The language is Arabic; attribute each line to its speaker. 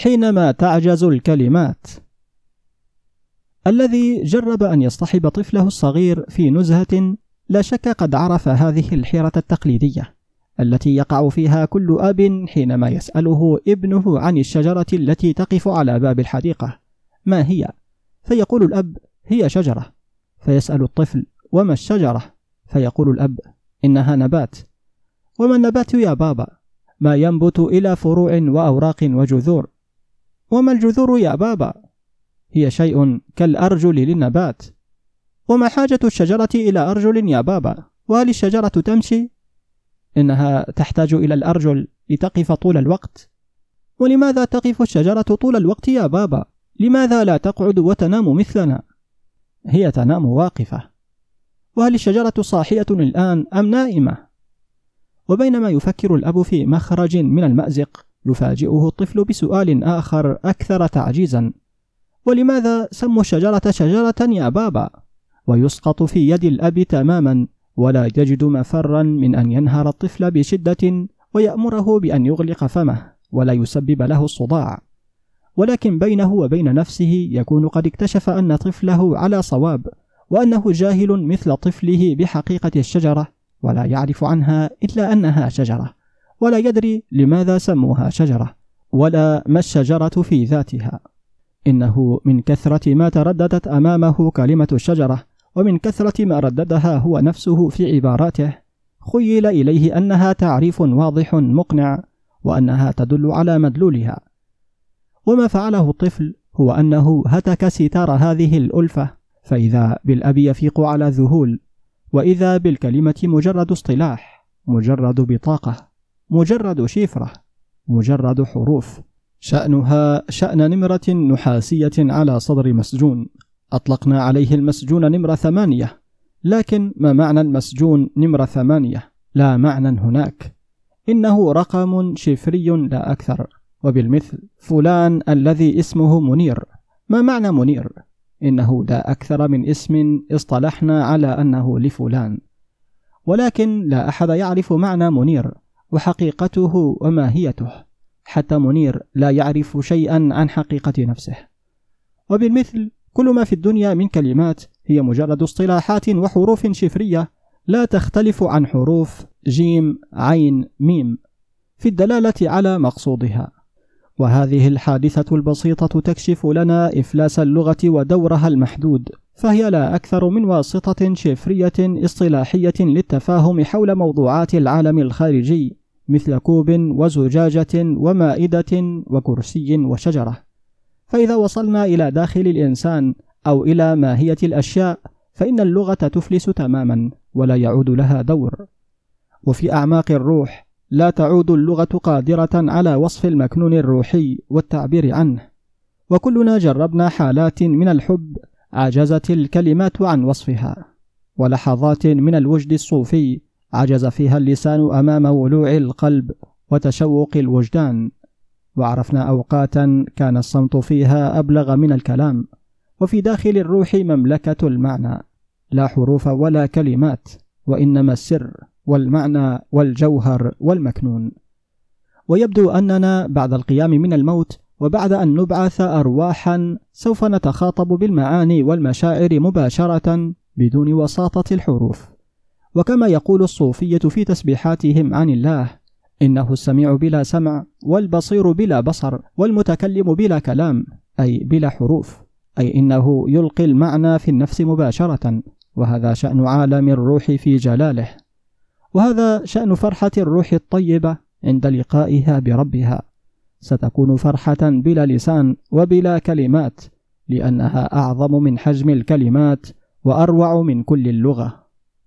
Speaker 1: حينما تعجز الكلمات. الذي جرب أن يصطحب طفله الصغير في نزهة لا شك قد عرف هذه الحيرة التقليدية التي يقع فيها كل أب حينما يسأله ابنه عن الشجرة التي تقف على باب الحديقة ما هي؟ فيقول الأب: هي شجرة. فيسأل الطفل: وما الشجرة؟ فيقول الأب: إنها نبات. وما النبات يا بابا؟ ما ينبت إلى فروع وأوراق وجذور. وما الجذور يا بابا؟ هي شيء كالأرجل للنبات. وما حاجة الشجرة إلى أرجل يا بابا؟ وهل الشجرة تمشي؟ إنها تحتاج إلى الأرجل لتقف طول الوقت. ولماذا تقف الشجرة طول الوقت يا بابا؟ لماذا لا تقعد وتنام مثلنا؟ هي تنام واقفة. وهل الشجرة صاحية الآن أم نائمة؟ وبينما يفكر الأب في مخرج من المأزق يفاجئه الطفل بسؤال آخر أكثر تعجيزا: ولماذا سموا الشجرة شجرة يا بابا؟ ويسقط في يد الأب تماما، ولا يجد مفرا من أن ينهر الطفل بشدة ويأمره بأن يغلق فمه ولا يسبب له الصداع. ولكن بينه وبين نفسه يكون قد اكتشف أن طفله على صواب، وأنه جاهل مثل طفله بحقيقة الشجرة، ولا يعرف عنها إلا أنها شجرة، ولا يدري لماذا سموها شجرة، ولا ما الشجرة في ذاتها. إنه من كثرة ما ترددت أمامه كلمة الشجرة، ومن كثرة ما رددها هو نفسه في عباراته، خيل إليه أنها تعريف واضح مقنع، وأنها تدل على مدلولها. وما فعله الطفل هو أنه هتك ستار هذه الألفة، فإذا بالأب يفيق على ذهول، وإذا بالكلمة مجرد اصطلاح، مجرد بطاقة، مجرد شفرة، مجرد حروف، شأنها شأن نمرة نحاسية على صدر مسجون. أطلقنا عليه المسجون نمرة 8، لكن ما معنى المسجون نمرة 8؟ لا معنى هناك، إنه رقم شفري لا أكثر. وبالمثل فلان الذي اسمه منير، ما معنى منير؟ إنه لا أكثر من اسم اصطلحنا على أنه لفلان، ولكن لا أحد يعرف معنى منير وحقيقته وماهيته. حتى منير لا يعرف شيئا عن حقيقة نفسه. وبالمثل كل ما في الدنيا من كلمات هي مجرد اصطلاحات وحروف شفرية لا تختلف عن حروف جيم عين ميم في الدلالة على مقصودها. وهذه الحادثة البسيطة تكشف لنا إفلاس اللغة ودورها المحدود، فهي لا أكثر من واسطة شفرية اصطلاحية للتفاهم حول موضوعات العالم الخارجي، مثل كوب وزجاجة ومائدة وكرسي وشجرة. فإذا وصلنا إلى داخل الإنسان أو إلى ماهية الأشياء فإن اللغة تفلس تماما ولا يعود لها دور. وفي أعماق الروح لا تعود اللغة قادرة على وصف المكنون الروحي والتعبير عنه. وكلنا جربنا حالات من الحب عجزت الكلمات عن وصفها، ولحظات من الوجد الصوفي عجز فيها اللسان أمام ولوع القلب وتشوق الوجدان. وعرفنا أوقاتا كان الصمت فيها أبلغ من الكلام. وفي داخل الروح مملكة المعنى، لا حروف ولا كلمات، وإنما السر والمعنى والجوهر والمكنون. ويبدو أننا بعد القيام من الموت وبعد أن نبعث أرواحا سوف نتخاطب بالمعاني والمشاعر مباشرة بدون وساطة الحروف. وكما يقول الصوفية في تسبيحاتهم عن الله: إنه السميع بلا سمع، والبصير بلا بصر، والمتكلم بلا كلام، أي بلا حروف، أي إنه يلقي المعنى في النفس مباشرة. وهذا شأن عالم الروح في جلاله، وهذا شأن فرحة الروح الطيبة عند لقائها بربها. ستكون فرحة بلا لسان وبلا كلمات، لأنها أعظم من حجم الكلمات وأروع من كل اللغة.